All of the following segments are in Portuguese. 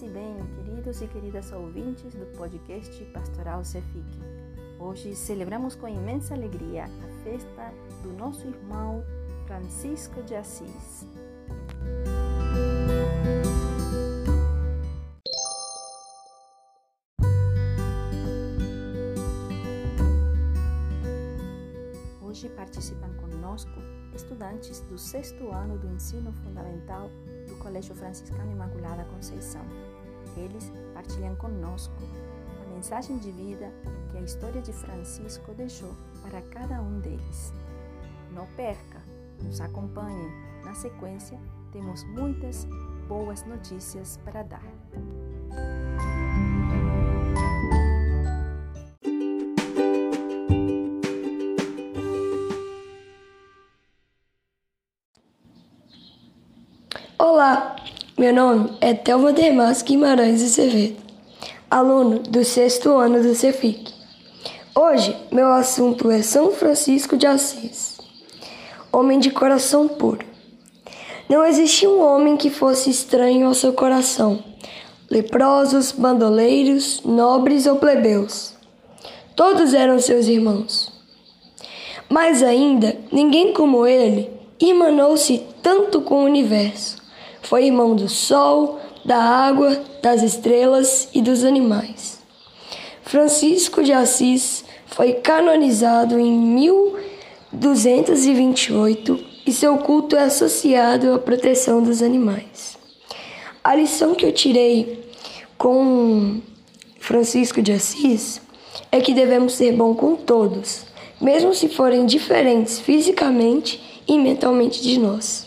bem, queridos e queridas ouvintes do podcast Pastoral Cefic. Hoje celebramos com imensa alegria a festa do nosso irmão Francisco de Assis. Hoje participam conosco estudantes do 6º ano do ensino fundamental do Colégio Franciscano Imaculada Conceição. Eles partilham conosco a mensagem de vida que a história de Francisco deixou para cada um deles. Não perca, nos acompanhe. Na sequência, temos muitas boas notícias para dar. Olá, meu nome é Thelma Demas Guimarães Azevedo, aluno do 6º ano do Cefic. Hoje, meu assunto é São Francisco de Assis, homem de coração puro. Não existia um homem que fosse estranho ao seu coração, leprosos, bandoleiros, nobres ou plebeus. Todos eram seus irmãos. Mas ainda, ninguém como ele irmanou-se tanto com o universo. Foi irmão do sol, da água, das estrelas e dos animais. Francisco de Assis foi canonizado em 1228 e seu culto é associado à proteção dos animais. A lição que eu tirei com Francisco de Assis é que devemos ser bons com todos, mesmo se forem diferentes fisicamente e mentalmente de nós.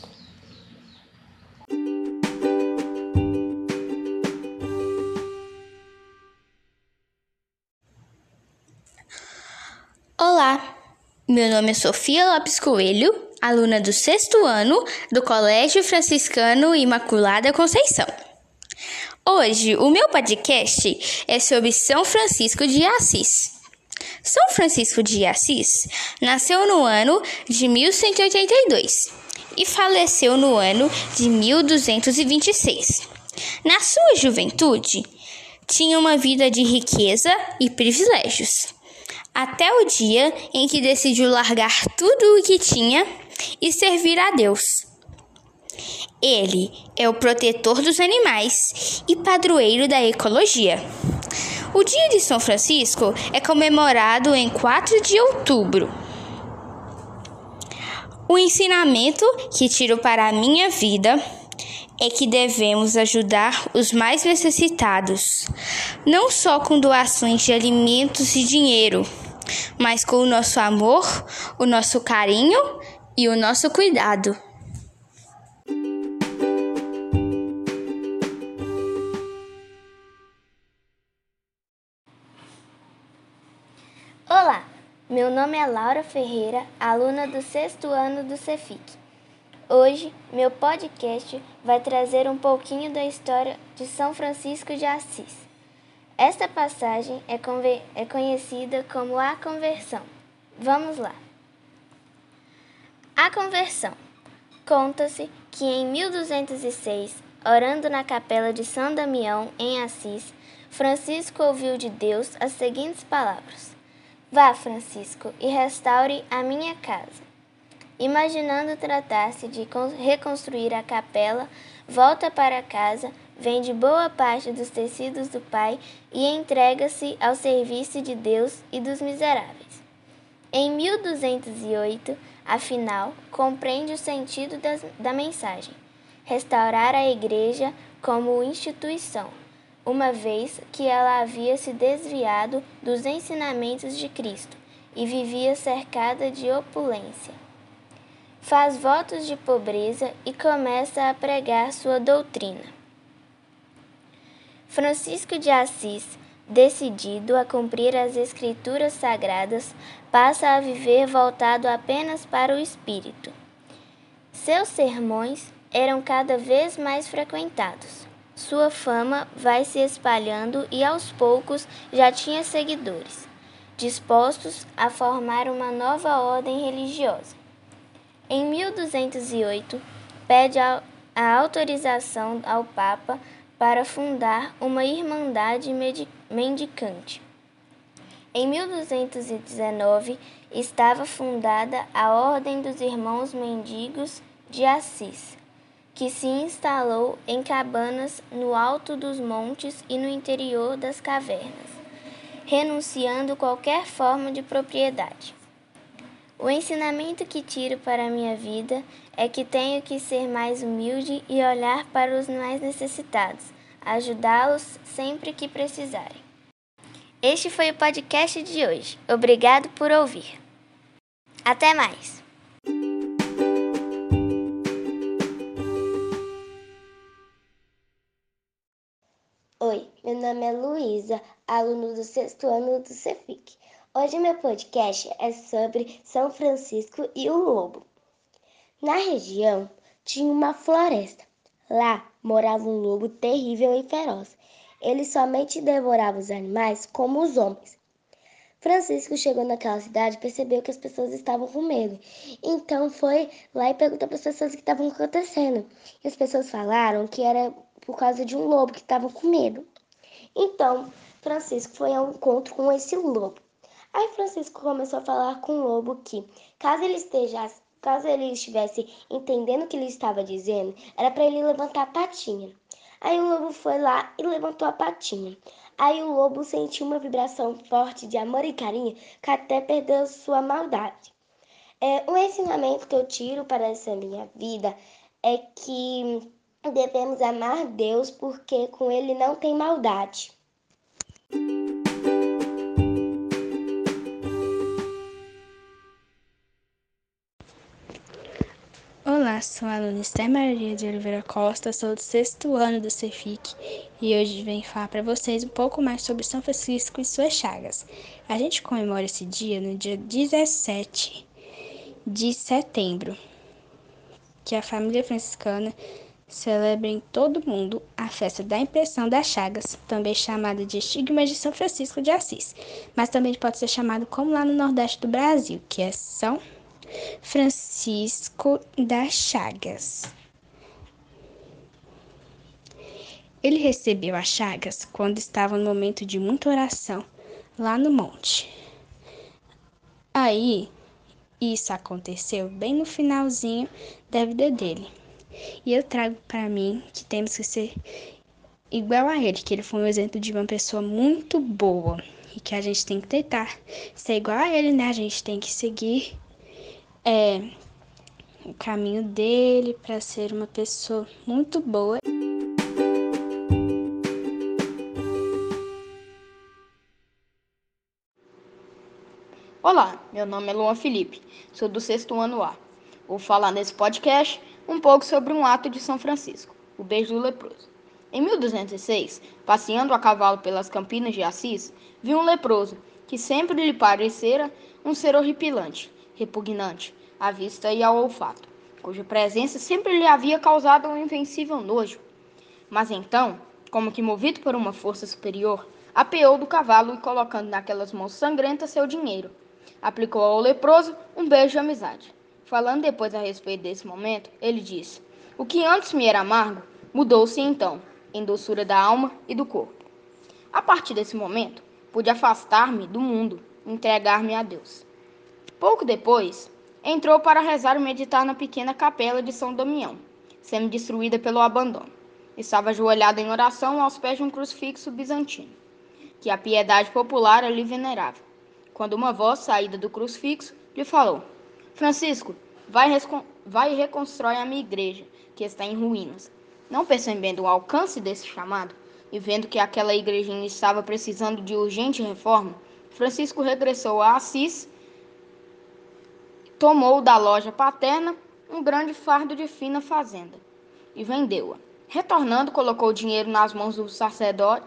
Olá, meu nome é Sofia Lopes Coelho, aluna do 6º ano do Colégio Franciscano Imaculada Conceição. Hoje, o meu podcast é sobre São Francisco de Assis. São Francisco de Assis nasceu no ano de 1182 e faleceu no ano de 1226. Na sua juventude, tinha uma vida de riqueza e privilégios, até o dia em que decidiu largar tudo o que tinha e servir a Deus. Ele é o protetor dos animais e padroeiro da ecologia. O dia de São Francisco é comemorado em 4 de outubro. O ensinamento que tiro para a minha vida é que devemos ajudar os mais necessitados, não só com doações de alimentos e dinheiro, mas com o nosso amor, o nosso carinho e o nosso cuidado. Olá, meu nome é Laura Ferreira, aluna do 6º ano do Cefic. Hoje, meu podcast vai trazer um pouquinho da história de São Francisco de Assis. Esta passagem é conhecida como a conversão. Vamos lá. A conversão. Conta-se que em 1206, orando na capela de São Damião, em Assis, Francisco ouviu de Deus as seguintes palavras: "Vá, Francisco, e restaure a minha casa." Imaginando tratar-se de reconstruir a capela, volta para casa, vende boa parte dos tecidos do pai e entrega-se ao serviço de Deus e dos miseráveis. Em 1208, afinal, compreende o sentido da mensagem: restaurar a igreja como instituição, uma vez que ela havia se desviado dos ensinamentos de Cristo e vivia cercada de opulência. Faz votos de pobreza e começa a pregar sua doutrina. Francisco de Assis, decidido a cumprir as Escrituras Sagradas, passa a viver voltado apenas para o Espírito. Seus sermões eram cada vez mais frequentados. Sua fama vai se espalhando e aos poucos já tinha seguidores, dispostos a formar uma nova ordem religiosa. Em 1208, pede a autorização ao Papa para fundar uma irmandade mendicante. Em 1219, estava fundada a Ordem dos Irmãos Mendigos de Assis, que se instalou em cabanas no alto dos montes e no interior das cavernas, renunciando qualquer forma de propriedade. O ensinamento que tiro para a minha vida é que tenho que ser mais humilde e olhar para os mais necessitados, ajudá-los sempre que precisarem. Este foi o podcast de hoje. Obrigado por ouvir. Até mais! Oi, meu nome é Luísa, aluna do 6º ano do Cefic. Hoje meu podcast é sobre São Francisco e o lobo. Na região tinha uma floresta. Lá morava um lobo terrível e feroz. Ele somente devorava os animais como os homens. Francisco chegou naquela cidade e percebeu que as pessoas estavam com medo. Então foi lá e perguntou para as pessoas o que estava acontecendo. E as pessoas falaram que era por causa de um lobo que estavam com medo. Então Francisco foi ao encontro com esse lobo. Aí Francisco começou a falar com o lobo que, caso ele estivesse entendendo o que ele estava dizendo, era para ele levantar a patinha. Aí o lobo foi lá e levantou a patinha. Aí o lobo sentiu uma vibração forte de amor e carinho que até perdeu sua maldade. O ensinamento que eu tiro para essa minha vida é que devemos amar Deus porque com Ele não tem maldade. Olá, sou a aluna Esther Maria de Oliveira Costa, sou do 6º ano do Cefic e hoje venho falar para vocês um pouco mais sobre São Francisco e suas chagas. A gente comemora esse dia no dia 17 de setembro, que a família franciscana celebra em todo o mundo a festa da impressão das chagas, também chamada de estigma de São Francisco de Assis, mas também pode ser chamado como lá no Nordeste do Brasil, que é São Francisco das Chagas. Ele recebeu as chagas quando estava no momento de muita oração lá no monte. Aí, isso aconteceu bem no finalzinho da vida dele. E eu trago para mim que temos que ser igual a ele, que ele foi um exemplo de uma pessoa muito boa e que a gente tem que tentar ser igual a ele, né? A gente tem que seguir o caminho dele para ser uma pessoa muito boa. Olá, meu nome é Luan Felipe, sou do 6º ano A. Vou falar nesse podcast um pouco sobre um ato de São Francisco, o beijo do leproso. Em 1206, passeando a cavalo pelas Campinas de Assis, viu um leproso que sempre lhe parecera um ser horripilante, repugnante, à vista e ao olfato, cuja presença sempre lhe havia causado um invencível nojo. Mas então, como que movido por uma força superior, apeou do cavalo e, colocando naquelas mãos sangrentas seu dinheiro, aplicou ao leproso um beijo de amizade. Falando depois a respeito desse momento, ele disse: "O que antes me era amargo, mudou-se então, em doçura da alma e do corpo." A partir desse momento, pude afastar-me do mundo, entregar-me a Deus. Pouco depois, entrou para rezar e meditar na pequena capela de São Damião, semi-destruída pelo abandono. Estava ajoelhado em oração aos pés de um crucifixo bizantino, que a piedade popular ali venerava, quando uma voz saída do crucifixo lhe falou: "Francisco, vai e reconstrói a minha igreja, que está em ruínas." Não percebendo o alcance desse chamado e vendo que aquela igrejinha estava precisando de urgente reforma, Francisco regressou a Assis, tomou da loja paterna um grande fardo de fina fazenda e vendeu-a. Retornando, colocou o dinheiro nas mãos do sacerdote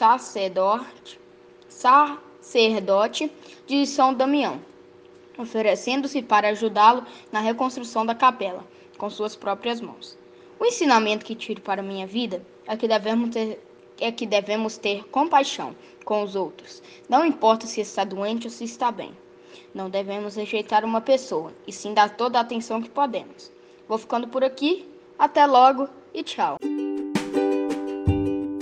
de São Damião, oferecendo-se para ajudá-lo na reconstrução da capela, com suas próprias mãos. O ensinamento que tiro para a minha vida é que devemos ter compaixão com os outros, não importa se está doente ou se está bem. Não devemos rejeitar uma pessoa, e sim dar toda a atenção que podemos. Vou ficando por aqui, até logo e tchau.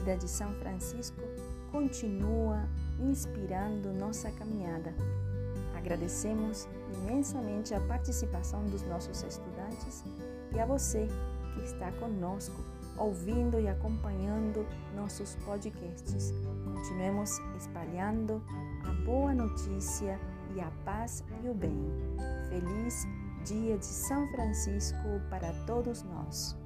vida de São Francisco continua inspirando nossa caminhada. Agradecemos imensamente a participação dos nossos estudantes e a você que está conosco, ouvindo e acompanhando nossos podcasts. Continuemos espalhando a boa notícia e a paz e o bem. Feliz Dia de São Francisco para todos nós.